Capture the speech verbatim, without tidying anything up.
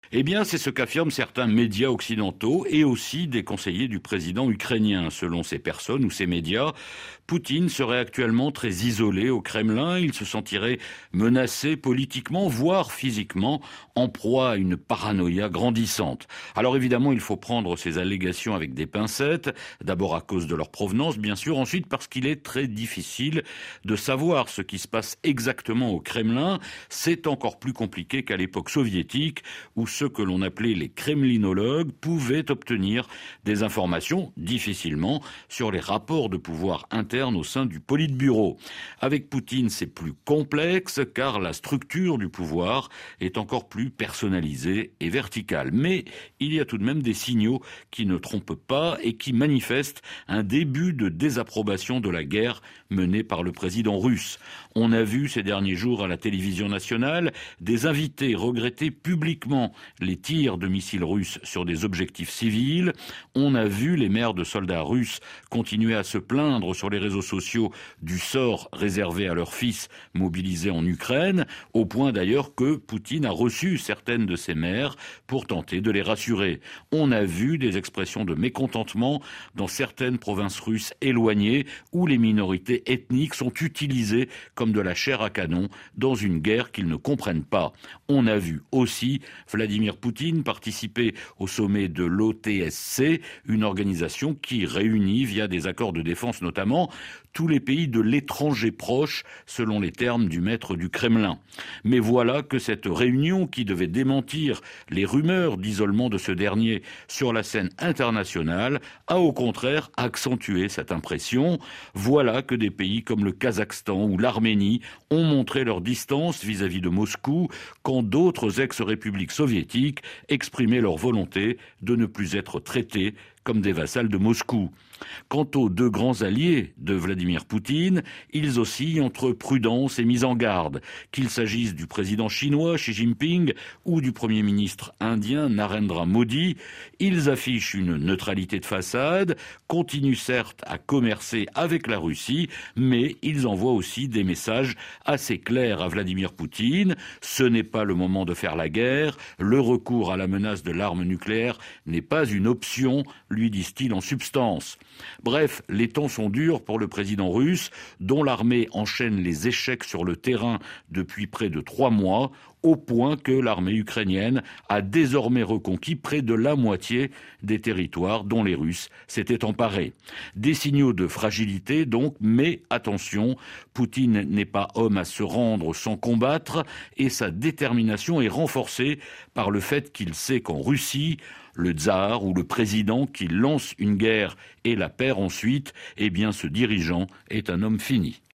Eh bien, c'est ce qu'affirment certains médias occidentaux et aussi des conseillers du président ukrainien. Selon ces personnes ou ces médias, Poutine serait actuellement très isolé au Kremlin. Il se sentirait menacé politiquement, voire physiquement, en proie à une paranoïa grandissante. Alors évidemment, il faut prendre ces allégations avec des pincettes. D'abord à cause de leur provenance, bien sûr. Ensuite parce qu'il est très difficile de savoir ce qui se passe exactement au Kremlin. C'est encore plus compliqué qu'à l'époque soviétique, où ceux que l'on appelait les kremlinologues pouvaient obtenir des informations difficilement sur les rapports de pouvoir internes au sein du Politburo. Avec Poutine, c'est plus complexe car la structure du pouvoir est encore plus personnalisée et verticale. Mais il y a tout de même des signaux qui ne trompent pas et qui manifestent un début de désapprobation de la guerre menée par le président russe. On a vu ces derniers jours à la télévision nationale des invités regretter publiquement les tirs de missiles russes sur des objectifs civils. On a vu les mères de soldats russes continuer à se plaindre sur les réseaux sociaux du sort réservé à leurs fils mobilisés en Ukraine, au point d'ailleurs que Poutine a reçu certaines de ces mères pour tenter de les rassurer. On a vu des expressions de mécontentement dans certaines provinces russes éloignées où les minorités ethniques sont utilisées comme de la chair à canon dans une guerre qu'ils ne comprennent pas. On a vu aussi Vladimir Poutine participer au sommet de l'O T S C, une organisation qui réunit, via des accords de défense notamment, tous les pays de l'étranger proche, selon les termes du maître du Kremlin. Mais voilà que cette réunion, qui devait démentir les rumeurs d'isolement de ce dernier sur la scène internationale, a au contraire accentué cette impression. Voilà que des pays comme le Kazakhstan ou l'Arménie ont montré leur distance vis-à-vis de Moscou, quand d'autres ex-républiques soviétiques exprimaient leur volonté de ne plus être traités comme des vassals de Moscou. Quant aux deux grands alliés de Vladimir Poutine, ils oscillent entre prudence et mise en garde. Qu'il s'agisse du président chinois Xi Jinping ou du premier ministre indien Narendra Modi, ils affichent une neutralité de façade, continuent certes à commercer avec la Russie, mais ils envoient aussi des messages assez clairs à Vladimir Poutine. Ce n'est pas le moment de faire la guerre, le recours à la menace de l'arme nucléaire n'est pas une option, lui disent-ils en substance. Bref, les temps sont durs pour le président russe, dont l'armée enchaîne les échecs sur le terrain depuis près de trois mois, au point que l'armée ukrainienne a désormais reconquis près de la moitié des territoires dont les Russes s'étaient emparés. Des signaux de fragilité donc, mais attention, Poutine n'est pas homme à se rendre sans combattre, et sa détermination est renforcée par le fait qu'il sait qu'en Russie, le tsar ou le président qui lance une guerre et la perd ensuite, eh bien ce dirigeant est un homme fini.